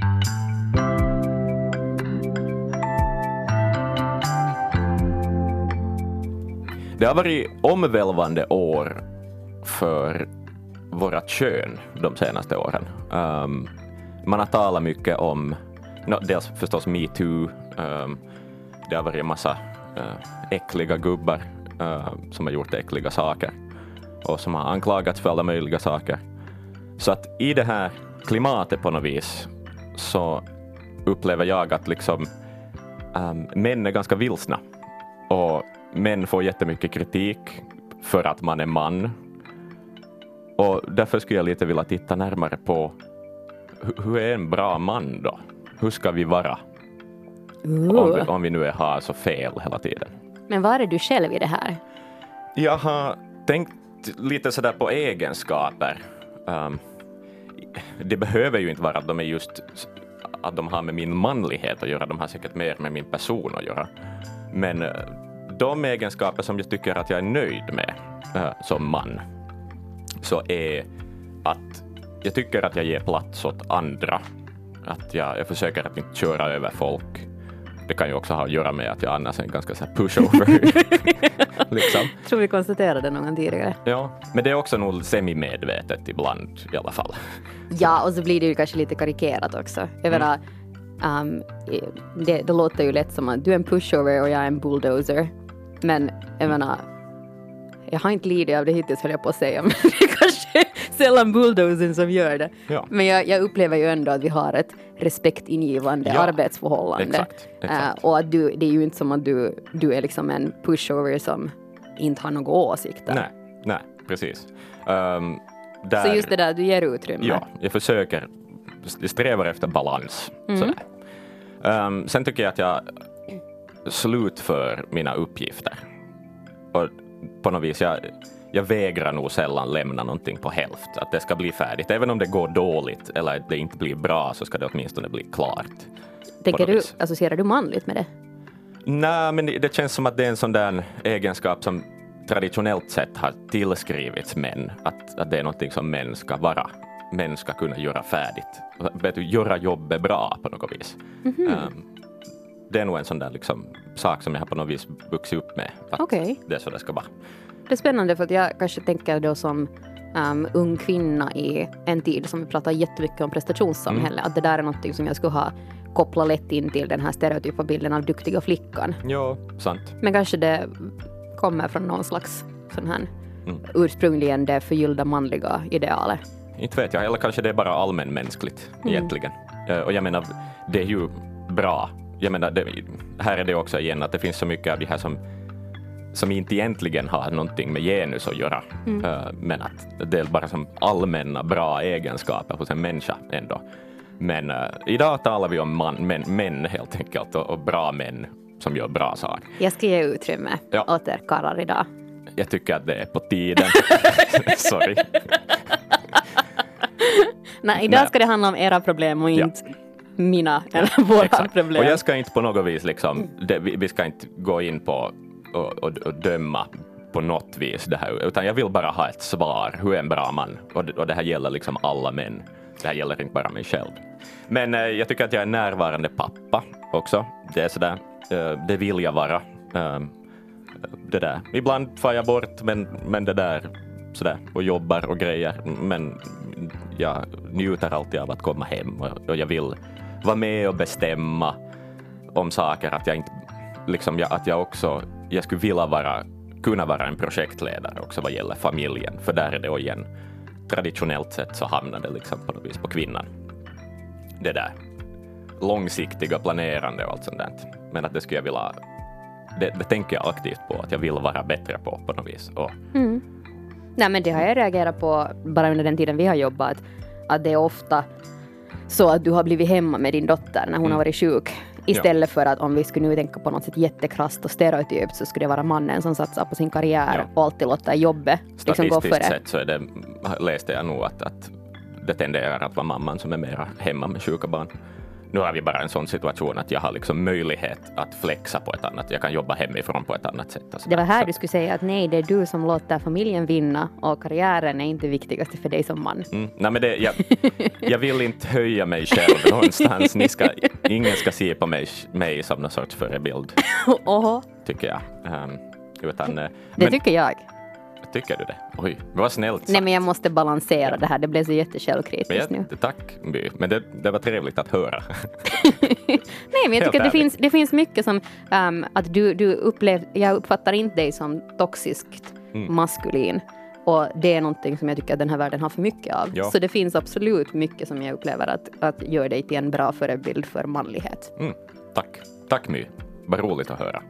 Det har varit omvälvande år för våra kön de senaste åren. Man har talat mycket om, dels förstås MeToo, det har varit en massa äckliga gubbar som har gjort äckliga saker och som har anklagats för alla möjliga saker. Så att i det här klimatet på något vis så upplever jag att liksom, män är ganska vilsna och män får jättemycket kritik för att man är man. Och därför skulle jag lite vilja titta närmare på hur är en bra man då? Hur ska vi vara? Om vi nu har så fel hela tiden. Men vad är du själv i det här? Jag har tänkt lite sådär på egenskaper. Det behöver ju inte vara att de är just att de har med min manlighet att göra. De har säkert mer med min person att göra. Men de egenskaper som jag tycker att jag är nöjd med som man så är att jag tycker att jag ger plats åt andra. Att jag försöker att inte köra över folk. Det kan ju också ha att göra med att jag annars är en ganska så här pushover. Liksom. Tror vi konstaterade någon tidigare. Ja, men det är också nog semi-medvetet ibland i alla fall. Ja, och så blir det ju kanske lite karikerat också. Jag menar, det låter ju lätt som att du är en pushover och jag är en bulldozer. Men jag menar, jag har inte lidit av det hittills, höll jag på att säga. Men det är kanske sällan bulldozern som gör det. Ja. Men jag upplever ju ändå att vi har ett respektingivande arbetsförhållande. Exakt. Och att det är ju inte som att du är liksom en pushover som inte har några åsikter. Nej, precis. Så just det där, du ger utrymme. Ja, jag strävar efter balans. Sen tycker jag att jag slutför mina uppgifter. Och på något vis, jag vägrar nog sällan lämna någonting på hälft. Att det ska bli färdigt. Även om det går dåligt eller det inte blir bra så ska det åtminstone bli klart. Associerar du manligt med det? Nej, men det känns som att det är en sån där egenskap som traditionellt sett har tillskrivits män. Att det är någonting som män ska vara. Män ska kunna göra färdigt. Göra jobbet bra på något vis. Det är nog en sån där liksom sak som jag har på något vis vuxit upp med. Det är så det ska vara. Det är spännande för att jag kanske tänker då som ung kvinna i en tid som vi pratar jättemycket om prestationssamhälle. Att det där är någonting som jag skulle ha kopplat lätt in till den här stereotypa bilden av duktiga flickan. Ja, sant. Men kanske det kommer från någon slags sån här ursprungligen det förgyllda manliga idealet. Inte vet jag, eller kanske det är bara allmänmänskligt egentligen. Och jag menar, det är ju bra. Jag menar, här är det också igen att det finns så mycket av det här som inte egentligen har någonting med genus att göra. Men att det är bara som allmänna bra egenskaper hos en människa ändå. Men idag talar vi om män helt enkelt och bra män som gör bra saker. Jag ska ge utrymme åt er karlar idag. Jag tycker att det är på tiden. Sorry. Nej, idag ska det handla om era problem och inte mina eller våra problem. Och jag ska inte på något vis liksom, vi ska inte gå in på och döma på något vis det här, utan jag vill bara ha ett svar. Hur är en bra man? Och det här gäller liksom alla män. Det här gäller inte bara mig själv. Men jag tycker att jag är närvarande pappa också. Det är sådär, det vill jag vara. Det där. Ibland far jag bort, men det där sådär, och jobbar och grejer. Men jag njuter alltid av att komma hem och jag vill vara med och bestämma om saker. Att jag inte liksom, att jag också, jag skulle vilja kunna vara en projektledare också vad gäller familjen. För där är det igen, traditionellt sett så hamnar det liksom på något vis på kvinnan. Det där långsiktiga planerande och allt sånt där. Men att det skulle jag vilja, det tänker jag aktivt på att jag vill vara bättre på något vis. Nej, men det har jag reagerat på bara under den tiden vi har jobbat. Att det är ofta så att du har blivit hemma med din dotter när hon har varit sjuk. Istället för att om vi skulle nu tänka på något sätt jättekrasst och stereotypt så skulle det vara mannen som satsar på sin karriär och alltid låter jobbet liksom gå före. Statistiskt sett så är det, läste jag nog att det tenderar att vara mamman som är mera hemma med sjuka barn. nu har vi bara en sån situation att jag har liksom möjlighet att flexa på ett annat. Jag kan jobba hemifrån på ett annat sätt. Det var här du skulle säga att nej, det är du som låter familjen vinna och karriären är inte viktigast för dig som man. Nej, men jag vill inte höja mig själv någonstans. Ingen ska se på mig som någon sorts förebild. Tycker jag. Det tycker jag. Tycker du det? Oj, vad snällt sagt. Nej, men jag måste balansera det här. Det blev så jättesjälvkritiskt nu. Tack, My. Men det var trevligt att höra. Nej, men jag tycker att det finns mycket som att jag uppfattar inte dig som toxiskt maskulin. Och det är någonting som jag tycker att den här världen har för mycket av. Ja. Så det finns absolut mycket som jag upplever att gör dig till en bra förebild för manlighet. Tack My. Vad roligt att höra.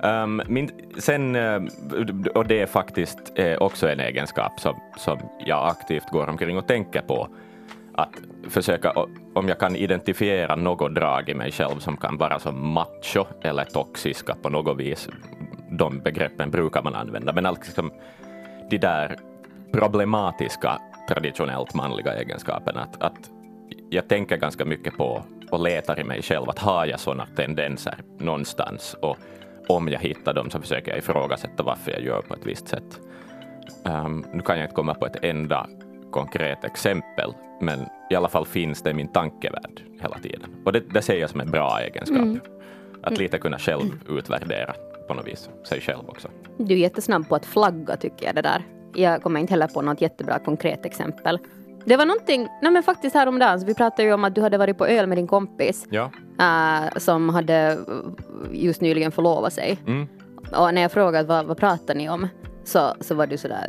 Och det är faktiskt också en egenskap som jag aktivt går omkring och tänker på. Att försöka, om jag kan identifiera något drag i mig själv som kan vara som macho eller toxiska på något vis. De begreppen brukar man använda. Men liksom de där problematiska, traditionellt manliga egenskaperna. Att jag tänker ganska mycket på och letar i mig själv. Att har jag sådana tendenser någonstans? Och om jag hittar dem så försöker jag ifrågasätta varför jag gör på ett visst sätt. Nu kan jag inte komma på ett enda konkret exempel, men i alla fall finns det i min tankevärld hela tiden. Och det ser jag som en bra egenskap. Att lite kunna själv utvärdera på något vis sig själv också. Du är jättesnabb på att flagga, tycker jag det där. Jag kommer inte heller på något jättebra konkret exempel. Det var någonting, men faktiskt häromdagen så vi pratade ju om att du hade varit på öl med din kompis som hade just nyligen förlovat sig. Och när jag frågade vad pratar ni om så var du sådär,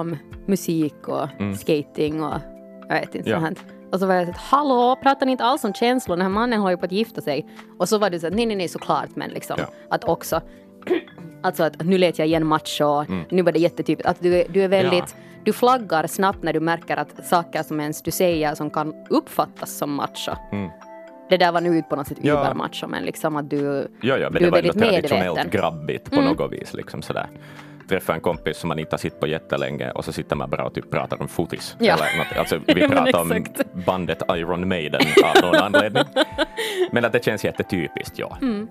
musik och skating och jag vet inte sånt. Och så var jag såhär, hallå, pratar ni inte alls om känslor? Den här mannen håller ju på att gifta sig. Och så var du såhär, nej, såklart, men liksom att också alltså att nu lät jag igen match och nu var det jättetypiskt att du är väldigt du flaggar snabbt när du märker att saker som ens du säger som kan uppfattas som macho. Det där var nu ut på något sätt ubermacho, men liksom att du är väldigt medveten. Traditionellt grabbigt på något vis liksom sådär. Träffa en kompis som man inte har sitt på jättelänge och så sitter man bara och typ pratar om fotis. Eller något. Alltså, vi pratar om bandet Iron Maiden av någon anledning. Men att det känns jättetypiskt,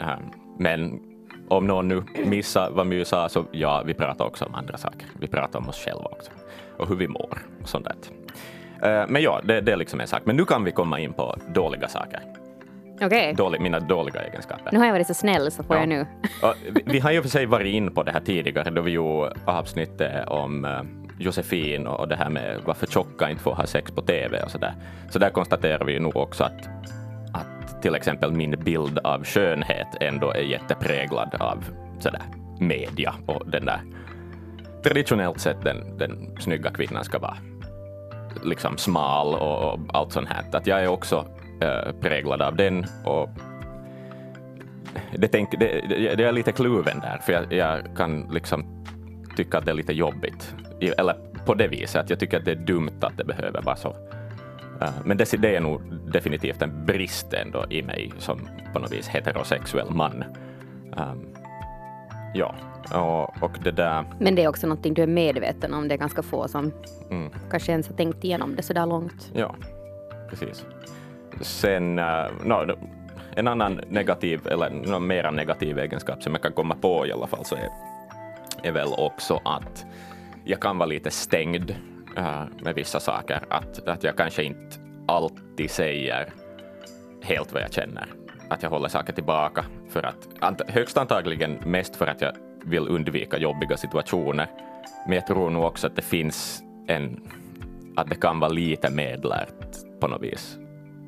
men om någon nu missar vad My sa så vi pratar också om andra saker. Vi pratar om oss själva också. Och hur vi mår och sånt där. Men det är liksom en sak. Men nu kan vi komma in på dåliga saker. Okej. Mina dåliga egenskaper. Nu har jag varit så snäll så får jag nu. Vi har ju för sig varit in på det här tidigare då vi gjorde avsnittet om Josefin och det här med varför tjocka inte får ha sex på tv och sådär. Så där konstaterar vi ju nog också att till exempel min bild av skönhet ändå är jättepräglad av sådär media och den där traditionellt sett den snygga kvinnan ska vara liksom smal och allt sånt här. Att jag är också präglad av den och det är lite kluven där för jag kan liksom tycka att det är lite jobbigt eller på det viset att jag tycker att det är dumt att det behöver vara så. Men det är nog definitivt en brist ändå i mig som på något vis heterosexuell man. Och det där. Men det är också någonting du är medveten om. Det är ganska få som kanske ens har tänkt igenom det så där långt. Ja, precis. Sen en annan negativ eller mera negativ egenskap som jag kan komma på i alla fall så är väl också att jag kan vara lite stängd med vissa saker. Att jag kanske inte alltid säger helt vad jag känner. Att jag håller saker tillbaka. För att, högst antagligen mest för att jag vill undvika jobbiga situationer. Men jag tror nog också att det finns att det kan vara lite medlärt på något vis.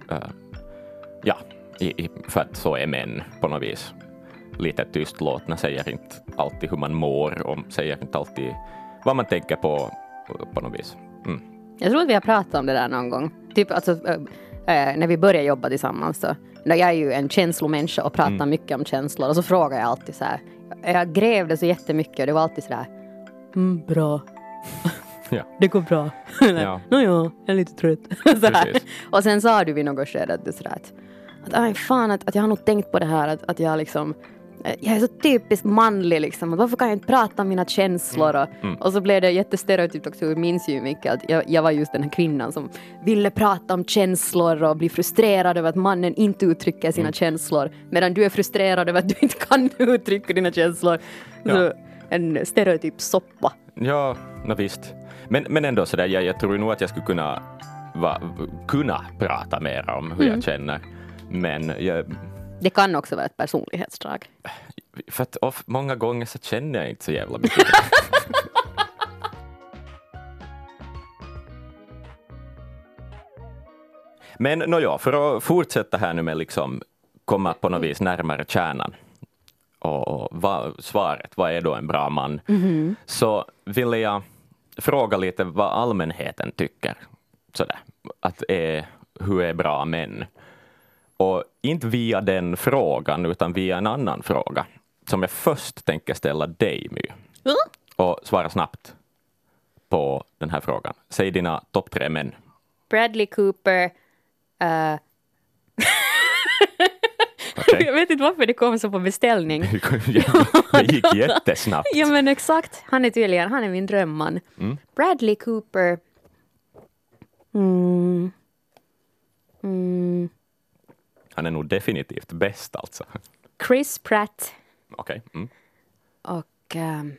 För att så är män på något vis. Lite tystlåtna, säger inte alltid hur man mår och säger inte alltid vad man tänker på något vis. Jag tror att vi har pratat om det där någon gång. Typ alltså, när vi började jobba tillsammans så. Jag är ju en känslomänniska och pratar mycket om känslor. Och så frågar jag alltid så här. Jag grävde så jättemycket och det var alltid så där. Bra. Det går bra. Jag är lite trött. Och sen sa du vid något skede att du sådär att fan att jag har nog tänkt på det här att jag liksom jag är så typiskt manlig liksom. Varför kan jag inte prata om mina känslor? Och så blev det jättestereotypt också. Jag minns ju mycket att jag var just den här kvinnan som ville prata om känslor och bli frustrerad över att mannen inte uttrycker sina känslor. Medan du är frustrerad över att du inte kan uttrycka dina känslor. Ja. Så en stereotyp soppa. Ja, visst. Men ändå sådär, jag tror nog att jag skulle kunna prata mer om hur jag känner. Men det kan också vara ett personlighetsdrag. För att många gånger så känner jag inte så jävla mycket. Men för att fortsätta här nu med liksom komma på något vis närmare kärnan. Och svaret, vad är då en bra man? Så ville jag fråga lite vad allmänheten tycker. Sådär, hur är bra män? Och inte via den frågan utan via en annan fråga som jag först tänker ställa dig, My. Och svara snabbt på den här frågan. Säg dina topp 3 män. Bradley Cooper. Okay. Jag vet inte varför det kom så på beställning. Det gick jättesnabbt. Ja, men exakt. Han är min drömman. Bradley Cooper. Han är nog definitivt bäst alltså. Chris Pratt. Okej. Och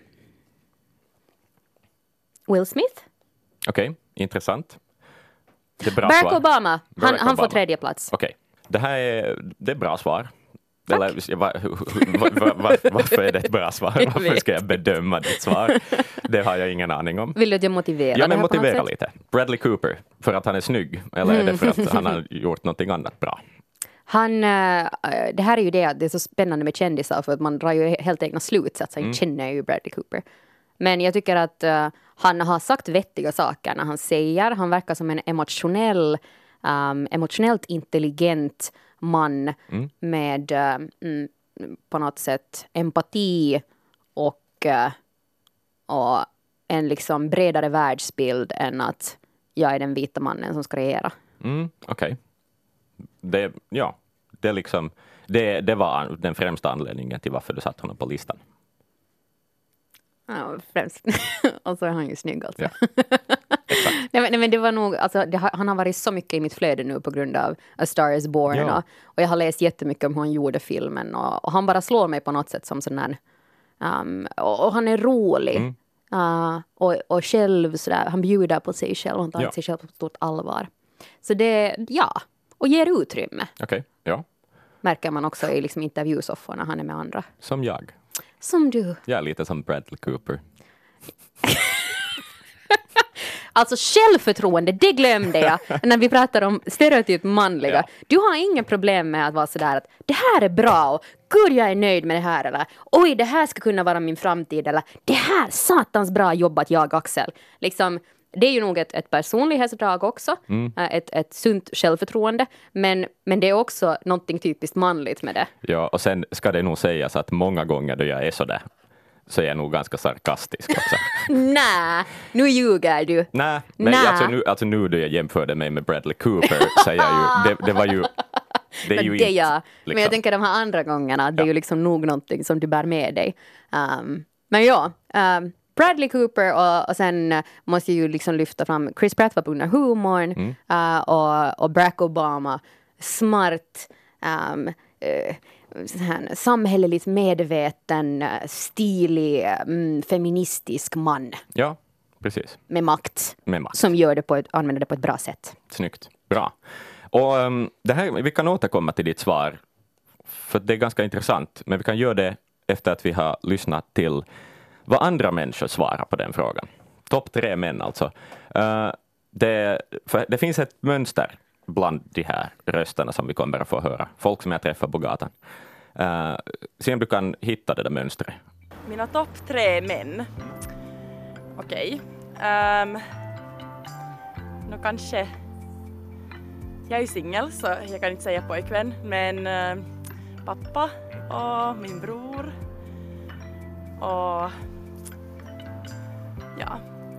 Will Smith. Okej, intressant. Det är bra Barack svar. Obama. Han får 3:e plats. Okej. Det är bra svar. Varför är det ett bra svar? Varför ska jag bedöma ditt svar? Det har jag ingen aning om. Vill du att jag motiverar? Ja, men motivera lite. Bradley Cooper, för att han är snygg? Eller är det för att han har gjort någonting annat bra? Det här är ju det att det är så spännande med kändisar, för att man drar ju helt egna slutsatser. Jag känner ju Bradley Cooper. Men jag tycker att han har sagt vettiga saker när han säger. Han verkar som en emotionellt intelligent man med på något sätt empati och en liksom bredare världsbild än att jag är den vita mannen som ska regera. Okej. Det var den främsta anledningen till varför du satt honom på listan. Ja, främst. Och så är han ju snygg alltså. Ja. nej, men det var nog, alltså, han har varit så mycket i mitt flöde nu på grund av A Star is Born. Ja. Och jag har läst jättemycket om hur han gjorde filmen. Och han bara slår mig på något sätt som sån där. Och han är rolig. Och själv sådär, han bjuder på sig själv. Han tar sig själv på stort allvar. Så det, och ger utrymme. Okej, ja. Märker man också i liksom intervjusoffor när han är med andra. Som jag. Som du. Jag är lite som Bradley Cooper. Alltså självförtroende, det glömde jag när vi pratar om stereotyp manliga. Ja. Du har ingen problem med att vara sådär att det här är bra och gud jag är nöjd med det här, eller oj det här ska kunna vara min framtid, eller det här satans bra jobbat jag Axel. Liksom, det är ju nog ett personlighetsdrag också, ett sunt självförtroende, men det är också någonting typiskt manligt med det. Ja, och sen ska det nog sägas att många gånger då jag är sådär så är jag nog ganska sarkastisk också. Nej, nu ljuger du. Nej, men alltså nu då jag jämförde mig med Bradley Cooper så jag ju, det var ju det är ju inte. Liksom. Men jag tänker de här andra gångerna, det är ju liksom nog någonting som du bär med dig. Men Bradley Cooper och sen måste jag ju liksom lyfta fram Chris Pratt var på grund av humorn och Barack Obama, smart, samhälleligt medveten, stilig, feministisk man. Ja, precis. Med makt. Som använder det på ett bra sätt. Snyggt, bra. Och det här, vi kan återkomma till ditt svar, för det är ganska intressant, men vi kan göra det efter att vi har lyssnat till vad andra människor svarar på den frågan. Topp 3 män alltså. Det finns ett mönster bland de här rösterna som vi kommer att få höra. Folk som jag träffar på gatan. Se om du kan hitta det där mönstret. Mina topp 3 män. Okej. Nå kanske... Jag är ju singel så jag kan inte säga pojkvän. Men pappa och min bror. Och... Ja.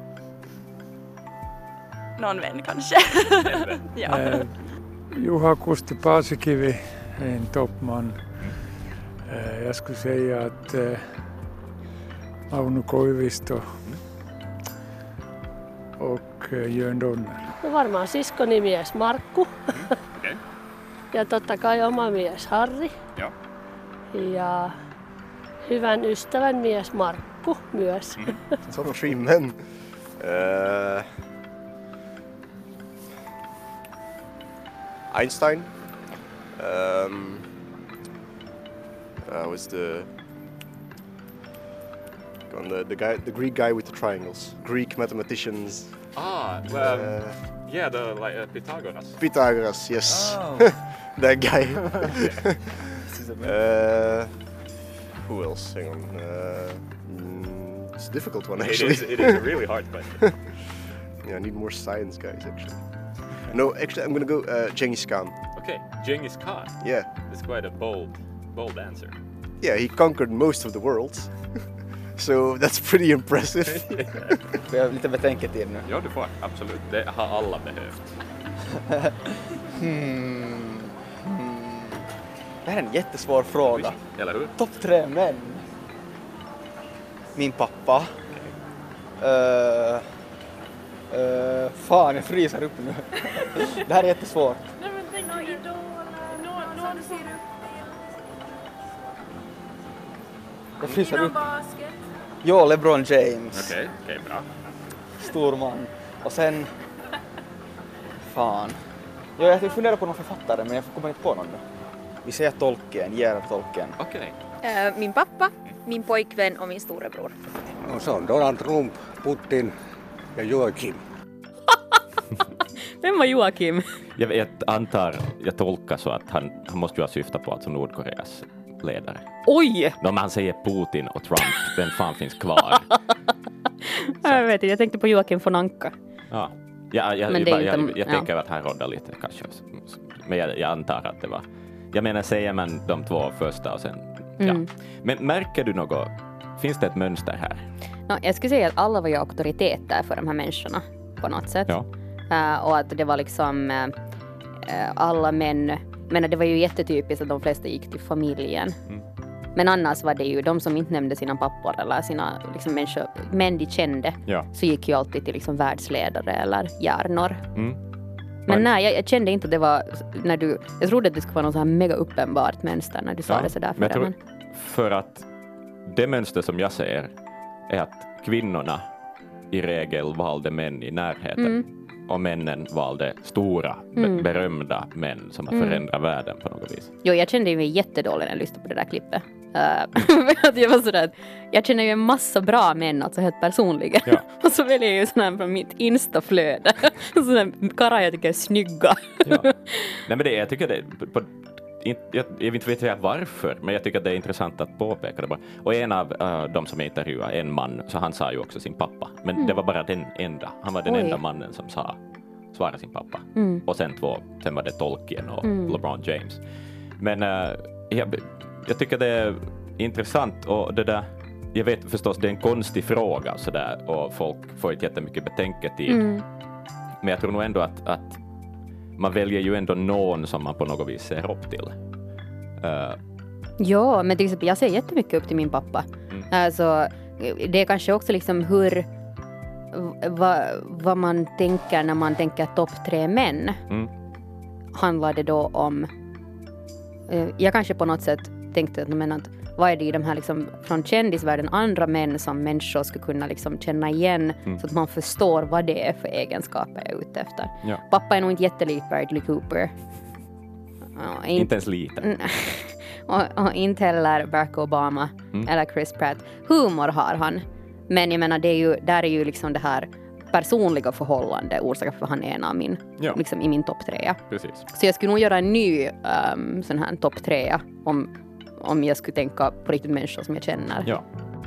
Någon vän kanske. Ja. Juha Kusti Paasikivi är en toppman. Jag skulle säga att Mauno Koivisto och Jörn Donner. No varmaan siskonimies Markku. Okay. Ja totta kai oma mies Harri. Joo. Ja hyvän ystävän mies Markku myös. Top 3 men. Einstein. Was the the Greek guy with the triangles? Greek mathematicians. Yeah, the Pythagoras. Pythagoras, yes. Oh. That guy. Who else? Hang on. It's a difficult one actually. It is a really hard question. Yeah, I need more science guys actually. No, actually I'm gonna go Genghis Khan. Okay, Genghis Khan. Yeah. That's quite a bold answer. Yeah, he conquered most of the world. So that's pretty impressive. Vi har lite betänketid nu. Ja, du får. Absolut. Det har alla behövt. Det här är en jättesvår fråga. Eller hur? Topp 3 män. Min pappa. Fan, jag fryser upp nu. Det här är jättesvårt. Jag fryser upp. Jo, LeBron James. Okej, bra. Stor man. Och sen... Fan. Jo, jag funderar på någon författare, men jag kommer inte på någon nu. Vi säger Tolkien, J.R.R. Tolkien. Okej. Min pappa, min pojkvän och min storebror. No, se on Donald Trump, Putin ja Joakim. Vem var Joakim? Jag antar, jag tolkar så att han måste ju ha syftat på alltså Nordkoreas ledare. Oj! När man säger Putin och Trump, vem fan finns kvar? Jag vet inte, jag tänkte på Joakim von Anka. Ja. Jag tänker att han rådde lite kanske. Men jag antar att det var... Jag menar, säger man de 2 första och sen... Ja. Men märker du något? Finns det ett mönster här? No, jag skulle säga att alla var ju auktoriteter för de här människorna på något sätt. Ja. Och att det var liksom alla män... Men det var ju jättetypiskt att de flesta gick till familjen. Men annars var det ju de som inte nämnde sina pappor eller sina liksom, människor, män de kände. Ja. Så gick ju alltid till liksom, världsledare eller hjärnor. Men nej, jag kände inte att det var... jag trodde att det skulle vara något så här mega uppenbart mönster när du sa det sådär. För att det mönster som jag ser är att kvinnorna i regel valde män i närheten. Och männen valde stora, berömda män som har förändrat världen på något vis. Jo, jag kände mig jättedålig när jag lyssnade på det där klippet. Jag var sådär, jag känner ju en massa bra män, alltså helt personliga. Ja. Och så väljer jag ju sådär från mitt Insta-flöde. Sådär karlar jag tycker är snygga. Ja. Nej, men jag tycker det jag vet inte varför, men jag tycker att det är intressant att påpeka det bara. Och en av de som jag intervjuade, en man, så han sa ju också sin pappa. Men det var bara den enda. Han var den enda mannen som svarade sin pappa. Och sen var det Tolkien och LeBron James. Men jag tycker det är intressant och det där, jag vet förstås det är en konstig fråga så där, och folk får inte jättemycket betänketid. Men jag tror nog ändå att man väljer ju ändå någon som man på något vis ser upp till. Ja, men till exempel jag ser jättemycket upp till min pappa. Alltså, det är kanske också liksom vad man tänker när man tänker topp 3 män. Handlar det då om... jag kanske på något sätt tänkte att vad är det i de här liksom, från kändisvärlden andra män som människor skulle kunna liksom känna igen så att man förstår vad det är för egenskaper jag är ute efter. Ja. Pappa är nog inte jättelik Bradley Cooper. Inte ens lite. och inte heller Barack Obama eller Chris Pratt. Humor har han. Men jag menar, där är ju liksom det här personliga förhållande orsaker för han är en av min, liksom i min topp 3. Precis. Så jag skulle nog göra en ny sån här topp 3 om jag skulle tänka på riktigt människor som jag känner. Ja.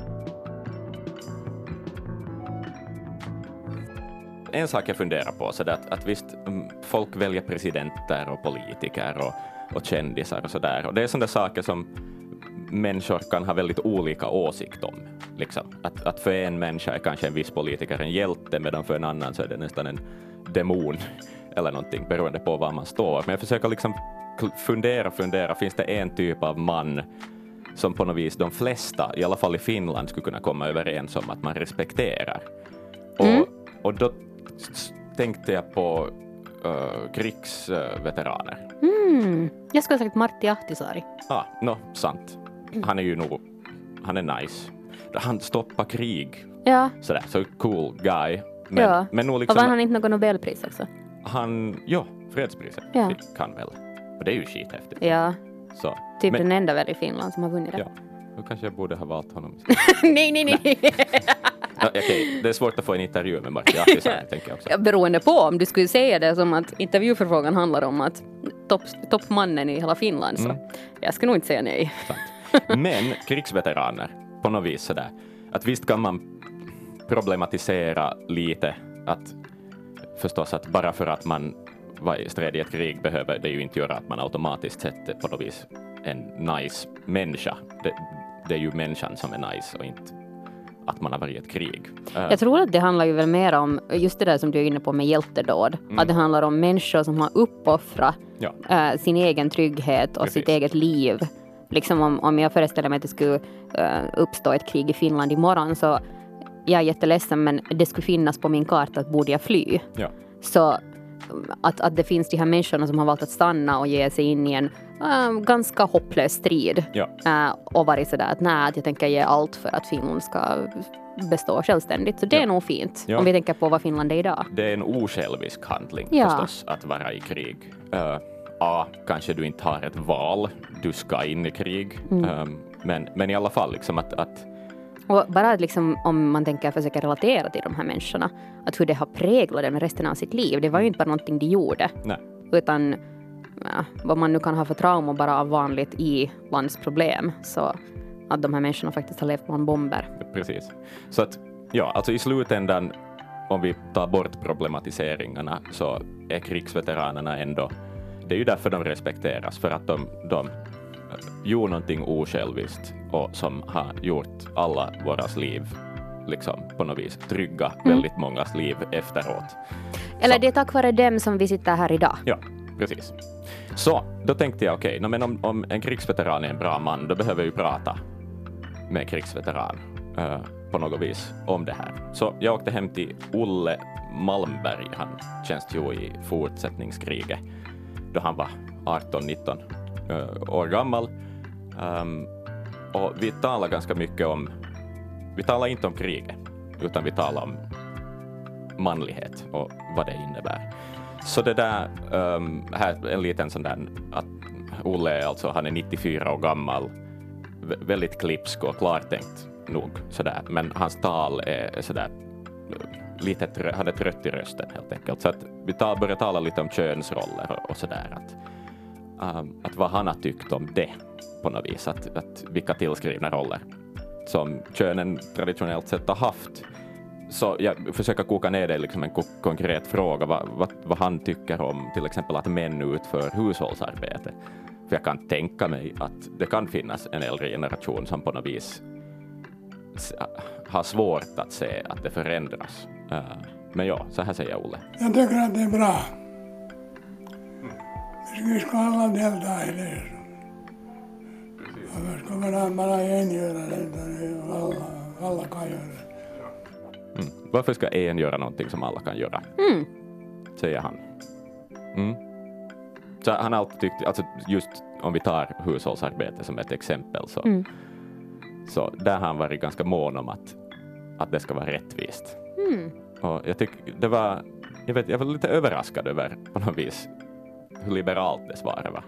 En sak jag funderar på så är att visst, folk väljer presidenter och politiker och kändisar och sådär. Och det är sådana saker som människor kan ha väldigt olika åsikt om. Liksom. Att för en människa är kanske en viss politiker en hjälte, medan för en annan så är det nästan en demon eller någonting, beroende på var man står. Men jag försöker liksom fundera, finns det en typ av man som på något vis de flesta, i alla fall i Finland, skulle kunna komma överens om att man respekterar. Och då tänkte jag på krigsveteraner. Jag skulle ha sagt Martti Ahtisaari. Sant. Han är ju nog, han är nice. Han stoppar krig. Ja. Sådär, så cool guy. Men nog liksom, och vann han inte något Nobelpris också? Fredspriset fick han väl. Och det är ju skithäftigt. Ja. Så. Den enda väl i Finland som har vunnit det. Ja, då kanske jag borde ha valt honom. nej. Okej, det är svårt att få en intervju med Martti Ahtisaari, tänker jag också. Beroende på om du skulle säga det som att intervjuförfrågan handlar om att toppmannen i hela Finland. Så jag skulle nog inte säga nej. Men krigsveteraner, på något vis sådär. Att visst kan man problematisera lite att förstås att bara för att man var i strid i ett krig behöver det ju inte göra att man automatiskt sett på något vis en nice människa. Det är ju människan som är nice och inte att man har varit i ett krig. Jag tror att det handlar ju väl mer om just det där som du är inne på med hjältedåd. Att det handlar om människor som har uppoffrat sin egen trygghet och sitt eget liv. Liksom om jag föreställer mig att det skulle uppstå ett krig i Finland imorgon, så jag är jätteledsen, men det skulle finnas på min karta att borde jag fly. Ja. Så att det finns de här människorna som har valt att stanna och ge sig in i en ganska hopplös strid. Och varit sådär att jag tänker ge allt för att Finland ska bestå självständigt. Så det är nog fint om vi tänker på vad Finland är idag. Det är en osjälvisk handling förstås att vara i krig. Kanske du inte har ett val, du ska in i krig. Men i alla fall liksom att och bara att liksom, om man tänker försöka relatera till de här människorna, att hur det har präglat dem resten av sitt liv. Det var ju inte bara någonting de gjorde. Nej. Utan vad man nu kan ha för trauma bara av vanligt i landsproblem. Så att de här människorna faktiskt har levt bland bomber. Precis. Så att alltså i slutändan, om vi tar bort problematiseringarna, så är krigsveteranerna ändå, det är ju därför de respekteras, för att de gjorde någonting osjälviskt och som har gjort alla våras liv liksom på något vis trygga väldigt mångas liv efteråt. Eller det är tack vare dem som vi sitter här idag. Ja, precis. Så, då tänkte jag men om en krigsveteran är en bra man, då behöver vi prata med en krigsveteran på något vis om det här. Så jag åkte hem till Olle Malmberg. Han tjänstgjorde i fortsättningskriget då han var 18-19 år gammal. Och vi talar ganska mycket vi talar inte om kriget, utan vi talar om manlighet och vad det innebär. Så det där, här en liten sån där, att Olle alltså, han är 94 år gammal, väldigt klipsk och klartänkt nog sådär, men hans tal är sådär lite han är trött i rösten helt enkelt. Så att vi börjar tala lite om könsroller och sådär, att vad han har tyckt om det på något vis, att vilka tillskrivna roller som könen traditionellt sett har haft. Så jag försöker koka ner det liksom en konkret fråga, vad han tycker om till exempel att män utför hushållsarbete. För jag kan tänka mig att det kan finnas en äldre generation som på något vis har svårt att se att det förändras. Men så här säger Olle. Jag tycker att det är bra. Vi ska alla delta i det. Och ska bara en göra det, alla kan göra det. Varför ska en göra någonting som alla kan göra? Säger han. Så han har alltid tyckt, alltså just om vi tar hushållsarbete som ett exempel, så där har han varit ganska mån om att det ska vara rättvist. Och jag tycker jag var lite överraskad över på något vis hur liberalt det svaret var.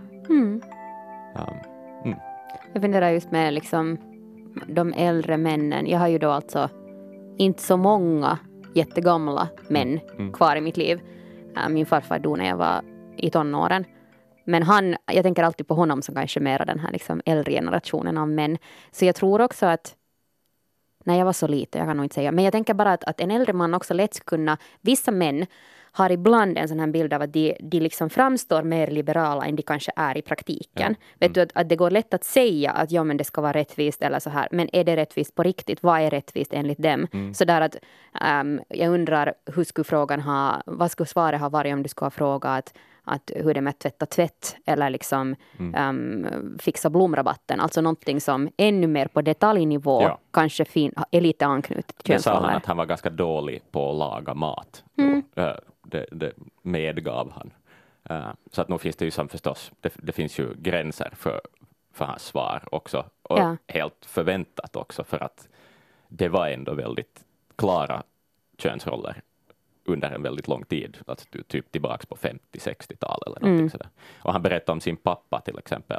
Jag funderar just med liksom de äldre männen. Jag har ju då alltså inte så många jättegamla män kvar i mitt liv. Min farfar dog när jag var i tonåren. Men jag tänker alltid på honom som kanske mer den här liksom äldre generationen av män. Så jag tror också att, nej jag var så lite, jag kan nog inte säga. Men jag tänker bara att en äldre man också lätt skulle kunna, vissa män har ibland en sån här bild av att de liksom framstår mer liberala än de kanske är i praktiken. Vet du, att det går lätt att säga att men det ska vara rättvist eller så här. Men är det rättvist på riktigt? Vad är rättvist enligt dem? Så där att jag undrar, vad skulle svaret ha varit om du skulle ha frågat att hur det är med att tvätta tvätt eller liksom fixa blomrabatten. Alltså någonting som ännu mer på detaljnivå kanske är lite anknutet till könsroller. Det sa han att han var ganska dålig på att laga mat. Det medgav han. Så att nu finns det ju som förstås, det finns ju gränser för hans svar också. Och helt förväntat också, för att det var ändå väldigt klara könsroller under en väldigt lång tid. Alltså typ tillbaka på 50-60-tal eller någonting sådär. Och han berättade om sin pappa till exempel,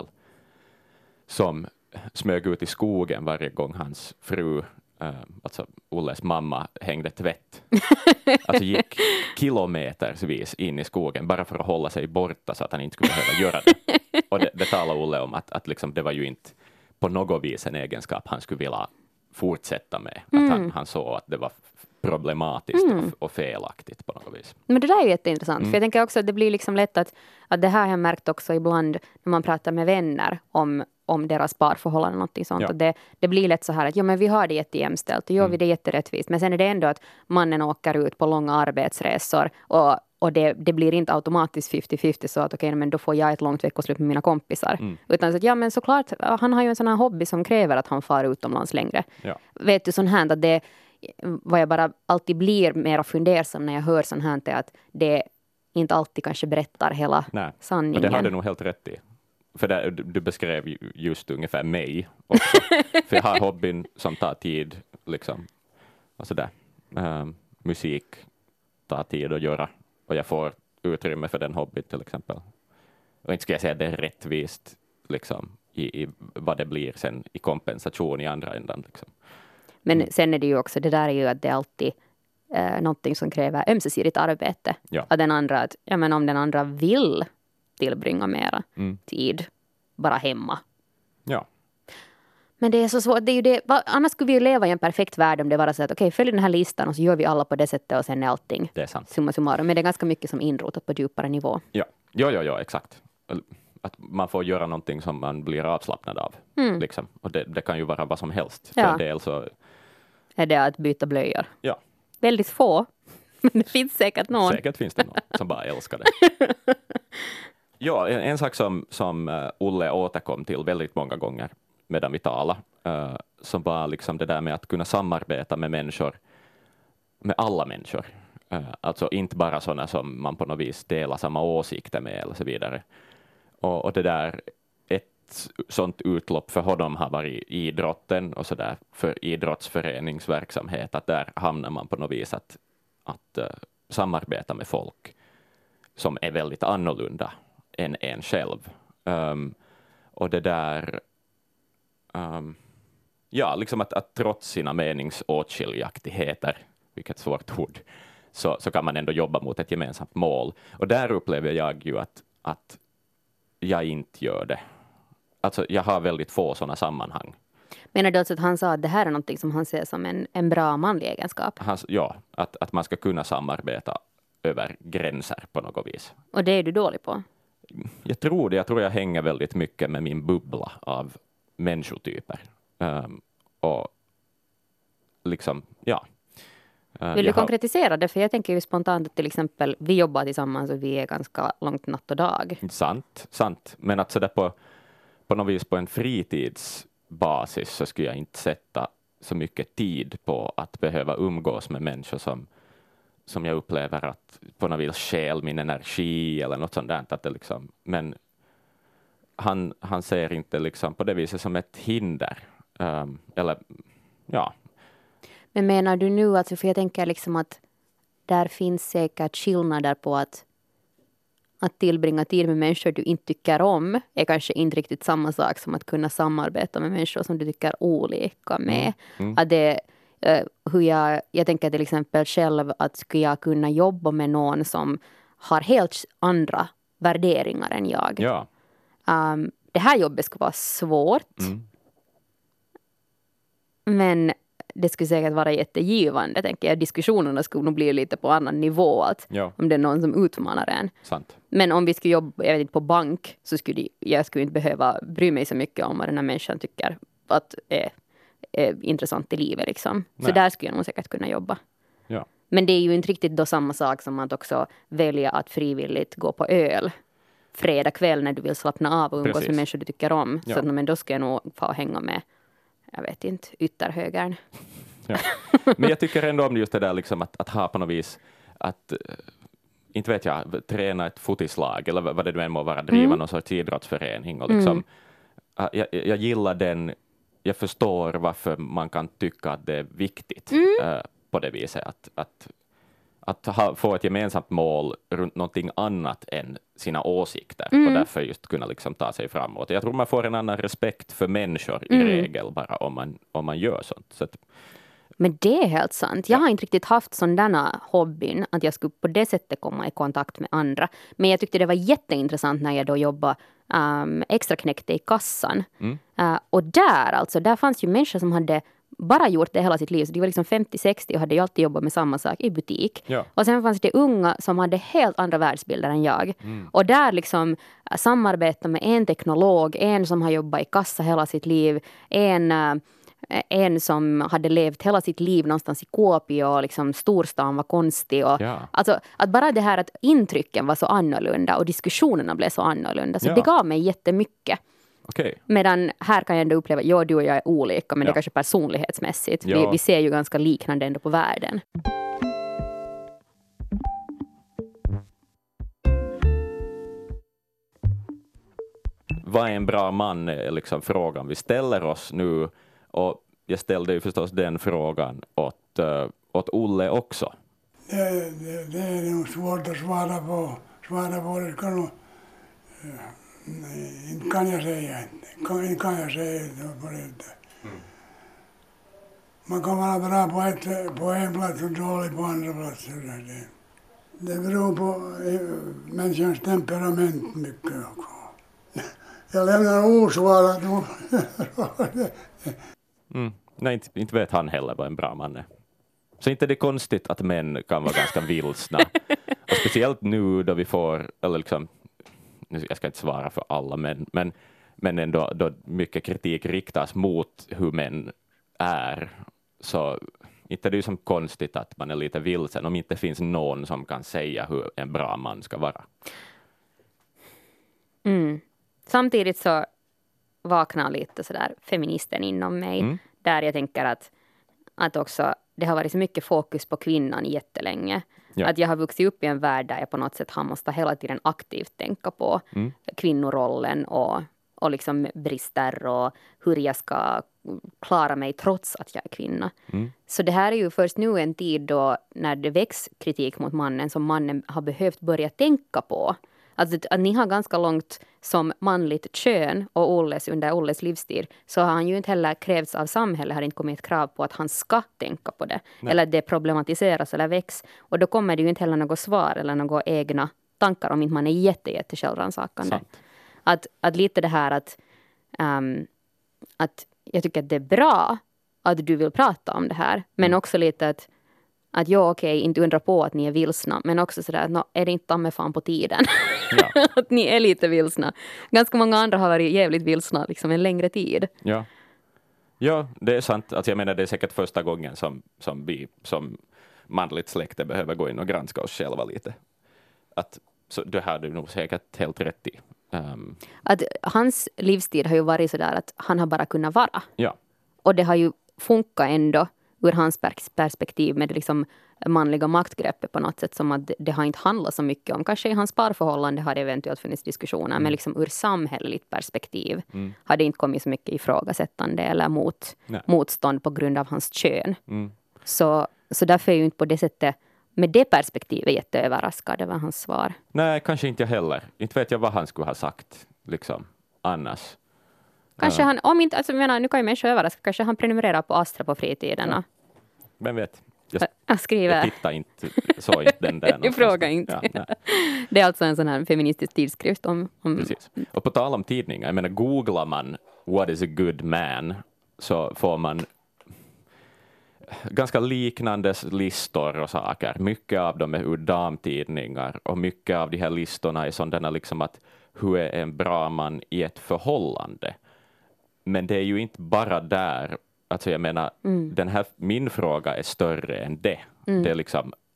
som smög ut i skogen varje gång hans fru, alltså Olles mamma, hängde tvätt. Alltså gick kilometersvis in i skogen bara för att hålla sig borta så att han inte skulle behöva göra det. Och det talar Olle om att liksom, det var ju inte på något vis en egenskap han skulle vilja fortsätta med. Att han såg att det var problematiskt och felaktigt på något vis. Men det där är ju jätteintressant. För jag tänker också att det blir liksom lätt att det här har jag märkt också ibland när man pratar med vänner om deras parförhållanden och någonting sånt. Och det blir lätt så här att men vi har det jättejämställt och gör vi det jätterättvist. Men sen är det ändå att mannen åker ut på långa arbetsresor och det blir inte automatiskt 50-50 så att men då får jag ett långt veckoslut med mina kompisar. Utan så att men såklart, han har ju en sån här hobby som kräver att han far utomlands längre. Ja. Vet du sån här att det vad jag bara alltid blir mer fundersam när jag hör sån här är att det inte alltid kanske berättar hela sanningen. Och det har du nog helt rätt i. För du beskrev just ungefär mig också. För jag har hobbyn som tar tid liksom. Och sådär. Musik tar tid att göra. Och jag får utrymme för den hobbyn till exempel. Och inte ska jag säga att det är rättvist liksom, i vad det blir sen i kompensation i andra ändan liksom. Men sen är det ju också, det där är ju att det är alltid någonting som kräver ömsesidigt arbete. Ja. Att den andra, att, om den andra vill tillbringa mera tid bara hemma. Ja. Men det är så svårt, det är ju det, annars skulle vi ju leva i en perfekt värld om det var så att okej, följ den här listan och så gör vi alla på det sättet och sen är allting. Det är sant. Summa summarum, men det är ganska mycket som inrotat på djupare nivå. Ja, exakt. Att man får göra någonting som man blir avslappnad av. Liksom. Och det kan ju vara vad som helst. För en del så är det att byta blöjor. Ja. Väldigt få. Men det finns säkert någon. Säkert finns det någon som bara älskar det. Ja, en sak som Olle återkom till väldigt många gånger medan vi talade. Som var liksom det där med att kunna samarbeta med människor. Med alla människor. Alltså inte bara sådana som man på något vis delar samma åsikter med eller så vidare. Och det där, ett sånt utlopp för honom har varit idrotten och sådär för idrottsföreningsverksamhet, att där hamnar man på något vis att samarbeta med folk som är väldigt annorlunda än en själv. Och det där, liksom att trots sina meningsåtskiljaktigheter, vilket svårt ord, så kan man ändå jobba mot ett gemensamt mål. Och där upplever jag ju att jag inte gör det. Alltså jag har väldigt få sådana sammanhang. Menar du alltså att han sa att det här är något som han ser som en bra manlig egenskap? Att man ska kunna samarbeta över gränser på något vis. Och det är du dålig på? Jag tror det. Jag tror jag hänger väldigt mycket med min bubbla av människotyper. Och liksom, Vill du konkretisera det? För jag tänker ju spontant att till exempel vi jobbar tillsammans och vi är ganska långt natt och dag. Sant. Men att sådär på något vis på en fritidsbasis så skulle jag inte sätta så mycket tid på att behöva umgås med människor som jag upplever att på något vis stjäl min energi eller något sånt där. Att det liksom, men han ser inte liksom på det viset som ett hinder. Men menar du nu, alltså, för jag tänker liksom att där finns säkert skillnader på att tillbringa tid med människor du inte tycker om är kanske inte riktigt samma sak som att kunna samarbeta med människor som du tycker olika med. Att det, hur jag tänker till exempel själv att skulle jag kunna jobba med någon som har helt andra värderingar än jag. Ja. Det här jobbet skulle vara svårt. Men det skulle säkert vara jättegivande, tänker jag. Diskussionerna skulle nog bli lite på annan nivå. Om det är någon som utmanar en. Sant. Men om vi skulle jobba på bank så skulle jag inte behöva bry mig så mycket om vad den här människan tycker att är intressant i livet. Liksom. Så där skulle jag nog säkert kunna jobba. Ja. Men det är ju inte riktigt då samma sak som att också välja att frivilligt gå på öl fredag kväll när du vill slappna av och umgås med människor du tycker om. Ja. Så att, men då ska jag nog få hänga med, jag vet inte, ytterhögern. Ja. Men jag tycker ändå om just det där liksom att ha på något vis att, inte vet jag, träna ett fotislag eller vad det nu än må vara, driva någon sorts idrottsförening och liksom, jag gillar den, jag förstår varför man kan tycka att det är viktigt på det viset att få ett gemensamt mål runt någonting annat än sina åsikter och därför just kunna liksom ta sig framåt. Jag tror man får en annan respekt för människor i regel bara om man gör sånt. Så att, men det är helt sant. Jag har inte riktigt haft sådana hobbyn att jag skulle på det sättet komma i kontakt med andra. Men jag tyckte det var jätteintressant när jag då jobbade extra knäckte i kassan. Och där fanns ju människor som hade bara gjort det hela sitt liv. Så de var liksom 50-60 och hade ju alltid jobbat med samma sak i butik. Ja. Och sen fanns det unga som hade helt andra världsbilder än jag. Och där liksom samarbeta med en teknolog, en som har jobbat i kassa hela sitt liv, en som hade levt hela sitt liv någonstans i Kuopio och liksom storstan var konstig. Och, alltså, att bara det här att intrycken var så annorlunda och diskussionerna blev så annorlunda. Så det gav mig jättemycket. Okay. Medan här kan jag ändå uppleva, du och jag är olika, men det är kanske personlighetsmässigt. Vi ser ju ganska liknande ändå på världen. Vad är en bra man är liksom frågan vi ställer oss nu. Och jag ställde ju förstås den frågan åt Olle också. Det är nog svårt att svara på. Det ska nog, inte kan jag säga. Inte kan jag säga på det. Man kan vara bra på en plats och dålig på andra platser. Det beror på människans temperament mycket också. Jag lämnar osvarat. Nej, inte vet han heller vad en bra man är. Så inte det är konstigt att män kan vara ganska vilsna. Och speciellt nu då vi får, eller liksom, jag ska inte svara för alla män, men ändå då mycket kritik riktas mot hur män är. Så inte det är som konstigt att man är lite vilsen om inte finns någon som kan säga hur en bra man ska vara. Samtidigt så vaknar lite sådär feministen inom mig. Där jag tänker att också det har varit så mycket fokus på kvinnan jättelänge. Ja. Att jag har vuxit upp i en värld där jag på något sätt måste hela tiden aktivt tänka på kvinnorollen och liksom brister och hur jag ska klara mig trots att jag är kvinna. Så det här är ju först nu en tid då när det väcks kritik mot mannen som mannen har behövt börja tänka på. Alltså att ni har ganska långt som manligt kön och under Olles livstid så har han ju inte heller krävts av samhället, har inte kommit ett krav på att han ska tänka på det. Nej. Eller det problematiseras eller väcks. Och då kommer det ju inte heller något svar eller några egna tankar om inte man är jätte självrannsakande. Att lite det här att jag tycker att det är bra att du vill prata om det här. Men också lite att inte undra på att ni är vilsna. Men också sådär, är det inte med fan på tiden? Ja. Att ni är lite vilsna. Ganska många andra har varit jävligt vilsna liksom en längre tid. Ja, det är sant. Alltså jag menar, det är säkert första gången som vi som manligt släkte behöver gå in och granska oss själva lite. Så det har du nog säkert helt rätt i. Att hans livstid har ju varit sådär att han har bara kunnat vara. Ja. Och det har ju funkat ändå ur hans perspektiv med det liksom manliga maktgreppet på något sätt som att det har inte handlat så mycket om. Kanske i hans parförhållande har det eventuellt funnits diskussioner men liksom ur samhälleligt perspektiv har det inte kommit så mycket ifrågasättande eller motstånd på grund av hans kön. Så därför är ju inte på det sättet med det perspektivet jätteöverraskad över hans svar. Nej, kanske inte jag heller. Inte vet jag vad han skulle ha sagt liksom annars. Kanske han, om inte, alltså nu kan ju människor överraska, kanske han prenumererar på Astra på fritiden. Ja. Vem vet? Jag tittar inte, så inte den där. Jag frågar inte. Ja, det är alltså en sån här feministisk tidskrift om... Precis. Och på tal om tidningar, jag menar, googlar man what is a good man så får man ganska liknande listor och saker. Mycket av dem är ur damtidningar och mycket av de här listorna är sådana liksom att hur är en bra man i ett förhållande? Men det är ju inte bara där. Alltså jag menar, min fråga är större än det. Det är liksom,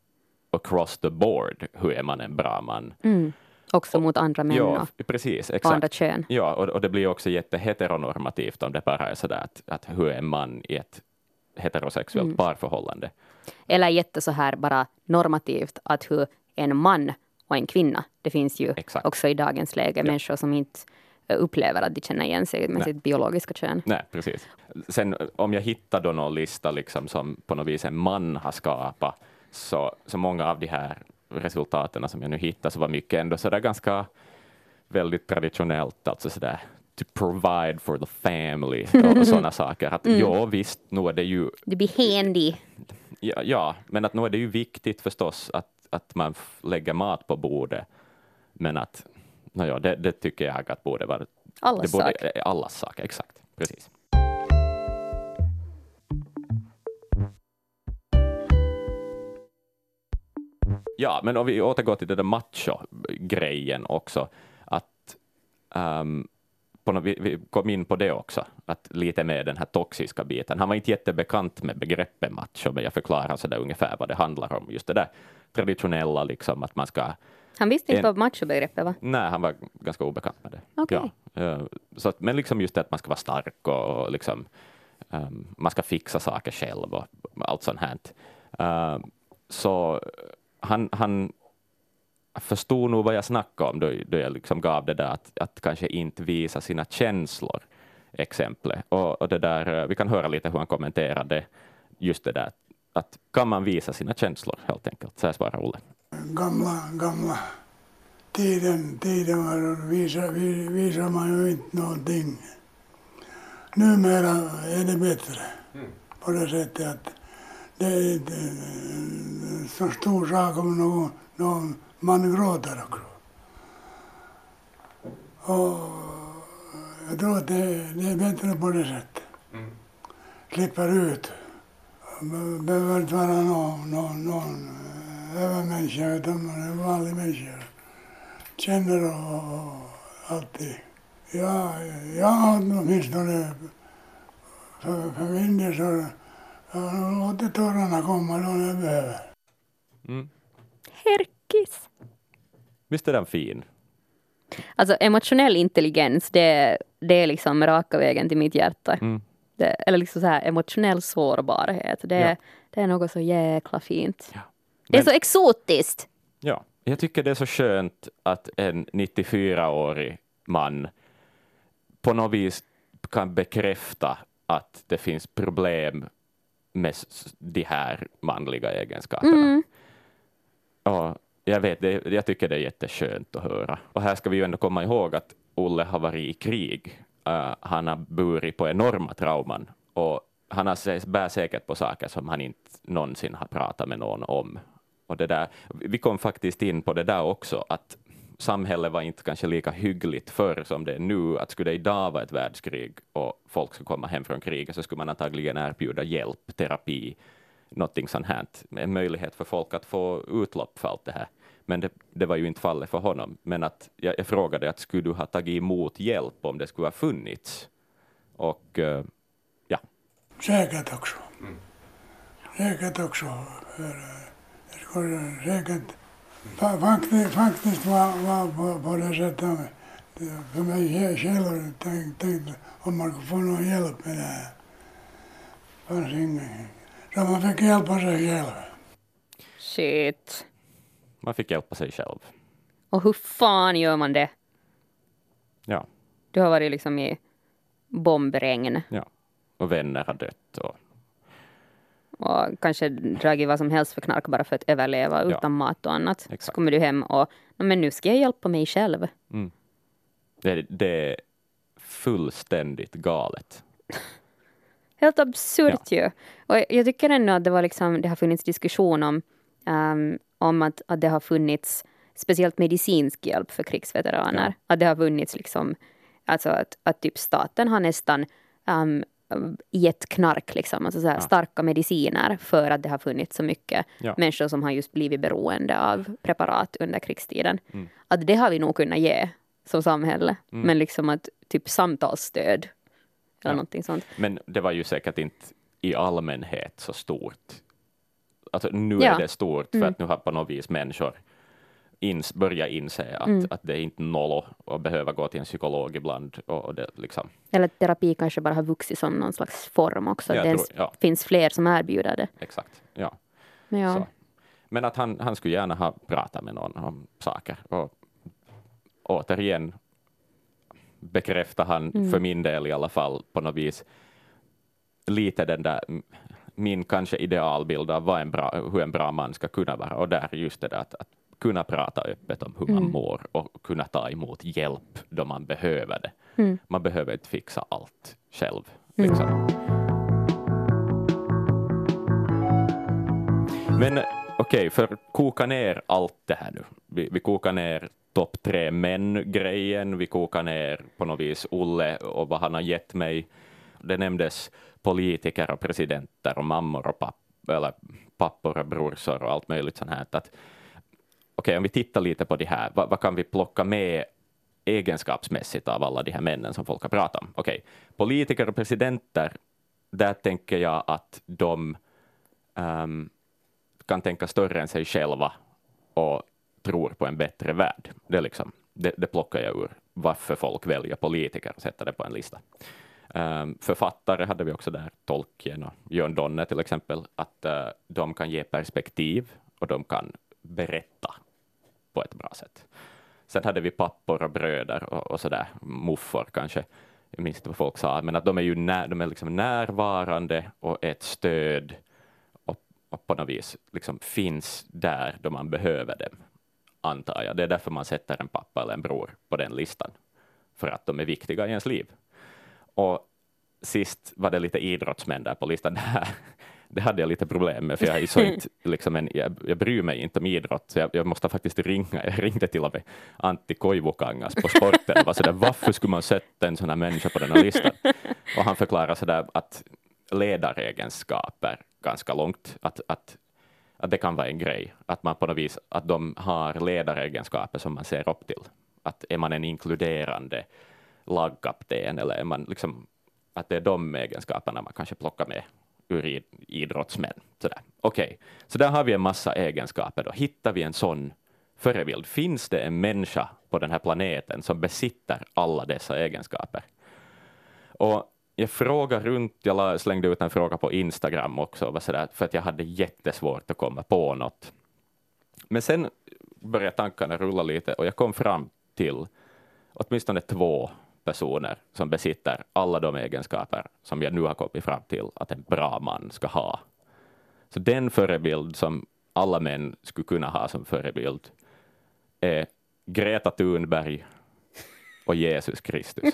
across the board, hur är man en bra man? Också mot andra män och precis, exakt. andra kön. Ja, och det blir också jätteheteronormativt om det bara är sådär att hur är en man i ett heterosexuellt parförhållande. Eller jätte så här bara normativt att hur en man och en kvinna, det finns ju också i dagens läge människor som inte upplever att de känner igen sig med sitt biologiska kön. Nej, precis. Sen om jag hittar då någon lista liksom, som på något vis en man har skapat, så många av de här resultaten som jag nu hittar så var mycket ändå så där ganska väldigt traditionellt, alltså sådär to provide for the family och sådana saker. Att ja, visst, nu är det ju... Det blir handy. Ja, men att nu är det ju viktigt förstås att man lägger mat på bordet, men att det tycker jag att borde vara allas sak, exakt, precis. Ja, men om vi återgår till det där macho-grejen också, att vi kom in på det också, att lite med den här toxiska biten. Han var inte jättebekant med begreppet macho, men jag förklarar så där ungefär vad det handlar om. Just det där traditionella, liksom, att man ska... Han visste inte vad macho-begreppet var? Nej, han var ganska obekant med det. Okay. Ja, men liksom just det att man ska vara stark och liksom, man ska fixa saker själv och allt sånt här. Så han förstod nog vad jag snackade om då jag liksom gav det där att kanske inte visa sina känslor exempel. Och det där, vi kan höra lite hur han kommenterade just det där, att kan man visa sina känslor helt enkelt. Så här svarar Olle. Gamla tiden var visar man ju inte någonting. Numera är det bättre på det sättet att det är så stor sak om någon man gråter också. Och jag tror att det är bättre på det sättet. Slipper ut. Behöver inte vara någon övermänniska, utan man är en vanlig människa. Känner och alltid. Jag har åtminstone för min del så jag låter tårarna komma då jag behöver. Herkis. Visst är den fin? Alltså emotionell intelligens, det är liksom raka vägen till mitt hjärta. Eller liksom så här emotionell sårbarhet. Det är något så jäkla fint. Ja. Det är så exotiskt. Ja, jag tycker det är så skönt att en 94-årig man på något vis kan bekräfta att det finns problem med de här manliga egenskaperna. Och jag tycker det är jätteskönt att höra. Och här ska vi ju ändå komma ihåg att Olle har varit i krig. Han har burit på enorma trauman. Och han har bär säkert på saker som han inte någonsin har pratat med någon om. Och det där, vi kom faktiskt in på det där också, att samhället var inte kanske lika hyggligt förr som det är nu. Att skulle det idag vara ett världskrig och folk skulle komma hem från kriget, så skulle man antagligen erbjuda hjälp, terapi, någonting sånt här. En möjlighet för folk att få utlopp för allt det här. Men det var ju inte fallet för honom. Men att jag frågade att skulle du ha tagit emot hjälp om det skulle ha funnits? Och ja. Säkert också. Säkert också. Det skulle säkert faktiskt var på det sättet för mig själv tänkte om man kunde få någon hjälp med det här. Fanns ingen. Så man fick hjälpa sig själv. Shit. Man fick hjälpa sig själv. Och hur fan gör man det? Ja. Du har varit liksom i bombregn. Ja. Och vänner har dött. Och kanske dragit vad som helst för knark bara för att överleva utan mat och annat. Exakt. Så kommer du hem och men nu ska jag hjälpa mig själv. Det är fullständigt galet. Helt absurt ju. Och jag tycker ändå att det var liksom, det har funnits diskussion om att det har funnits speciellt medicinsk hjälp för krigsveteraner. Ja. Att det har funnits liksom, alltså att typ staten har nästan gett knark liksom, alltså så här starka mediciner för att det har funnits så mycket människor som har just blivit beroende av preparat under krigstiden. Att det har vi nog kunnat ge som samhälle. Men liksom att typ samtalsstöd eller någonting sånt. Men det var ju säkert inte i allmänhet så stort. alltså nu är det stort för att nu har på något vis människor börja inse att det är inte nollo och behöva gå till en psykolog ibland. Och det, liksom. Eller terapi kanske bara har vuxit som någon slags form också. Det finns fler som erbjuder det. Exakt, ja. Så. Men att han skulle gärna ha pratat med någon om saker. Och återigen bekräftar han för min del i alla fall på något vis lite den där min kanske idealbild av hur en bra man ska kunna vara. Och där just det där att kunna prata öppet om hur man mår och kunna ta emot hjälp då man behöver det. Man behöver inte fixa allt själv. Liksom. Men okej, för koka ner allt det här nu. Vi kokar ner topp 3 män-grejen. Vi kokar ner på något vis Olle och vad han har gett mig. Det nämndes politiker och presidenter och mammor och pappor och brorsor och allt möjligt sånt här. Okej, om vi tittar lite på det här, vad kan vi plocka med egenskapsmässigt av alla de här männen som folk har pratat om? Okej, politiker och presidenter, där tänker jag att de kan tänka större än sig själva och tror på en bättre värld. Det, är liksom, det plockar jag ur varför folk väljer politiker och sätter det på en lista. Författare hade vi också där, Tolkien och Jörn Donner till exempel, att de kan ge perspektiv och de kan berätta på ett bra sätt. Sen hade vi pappor och bröder och sådär, muffor kanske, jag minns inte vad folk sa, men att de är ju de är liksom närvarande och ett stöd och på något vis liksom finns där då man behöver dem, antar jag. Det är därför man sätter en pappa eller en bror på den listan, för att de är viktiga i ens liv. Och sist var det lite idrottsmän där på listan. Det hade jag lite problem med, för jag är så inte, liksom jag bryr mig inte om idrott, så jag måste faktiskt ringa. Jag ringde till och med Antti Koivukangas på Sporten. Var så där, varför skulle man sätta en sån här människa på den här listan? Och han förklarar så där att ledaregenskaper ganska långt, att det kan vara en grej. Att man på något vis, att de har ledaregenskaper som man ser upp till. Att är man en inkluderande lagkapten eller är man liksom, att det är de egenskaperna man kanske plockar med ur idrottsmän. Okej, så där har vi en massa egenskaper. Då hittar vi en sån förebild. Finns det en människa på den här planeten som besitter alla dessa egenskaper? Och jag frågar runt, jag slängde ut en fråga på Instagram också, för att jag hade jättesvårt att komma på något. Men sen började tankarna rulla lite och jag kom fram till åtminstone 2 personer som besitter alla de egenskaper som jag nu har kommit fram till att en bra man ska ha. Så den förebild som alla män skulle kunna ha som förebild är Greta Thunberg och Jesus Kristus.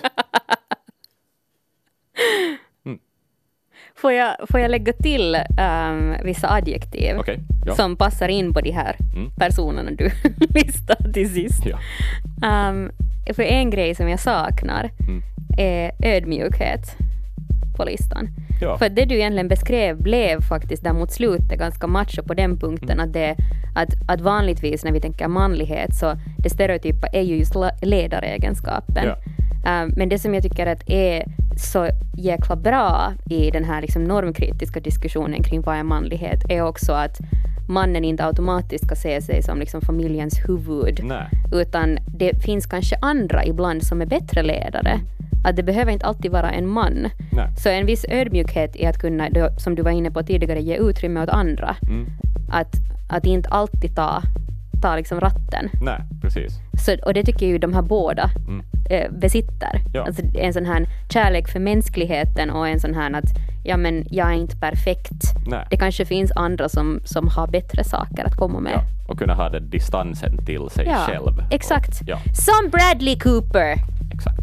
Får jag lägga till vissa adjektiv som passar in på de här personerna du listar till sist? Ja. För en grej som jag saknar är ödmjukhet på listan. Ja. För det du egentligen beskrev blev faktiskt där mot slutet ganska macho på den punkten att vanligtvis när vi tänker manlighet så det stereotypa är ju just ledaregenskapen. Ja. Men det som jag tycker att är så jäkla bra i den här liksom normkritiska diskussionen kring vad är manlighet är också att mannen inte automatiskt ska se sig som liksom familjens huvud. Nej. Utan det finns kanske andra ibland som är bättre ledare. Att det behöver inte alltid vara en man. Nej. Så en viss ödmjukhet i att kunna, som du var inne på tidigare, ge utrymme åt andra. Att inte alltid ta liksom ratten. Nej, precis. Och det tycker jag ju de här båda besitter. Ja. Alltså en sån här kärlek för mänskligheten och en sån här att men jag är inte perfekt. Nej. Det kanske finns andra som har bättre saker att komma med. Ja. Och kunna ha den distansen till sig själv. Exakt. Som Bradley Cooper. Exakt.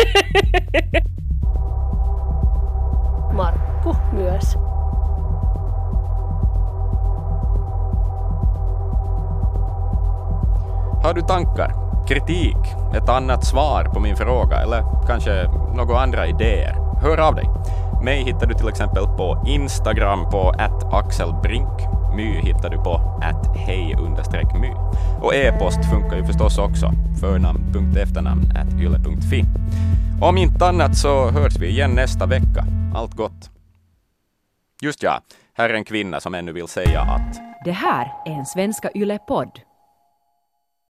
Markku myös. Har du tankar, kritik, ett annat svar på min fråga eller kanske några andra idéer? Hör av dig. Mig hittar du till exempel på Instagram på @axelbrink. My hittar du på @hej_my. Och e-post funkar ju förstås också. förnamn.efternamn@yle.fi. Om inte annat så hörs vi igen nästa vecka. Allt gott. Just ja, Här är en kvinna som ännu vill säga att det här är en Svenska Yle-podd.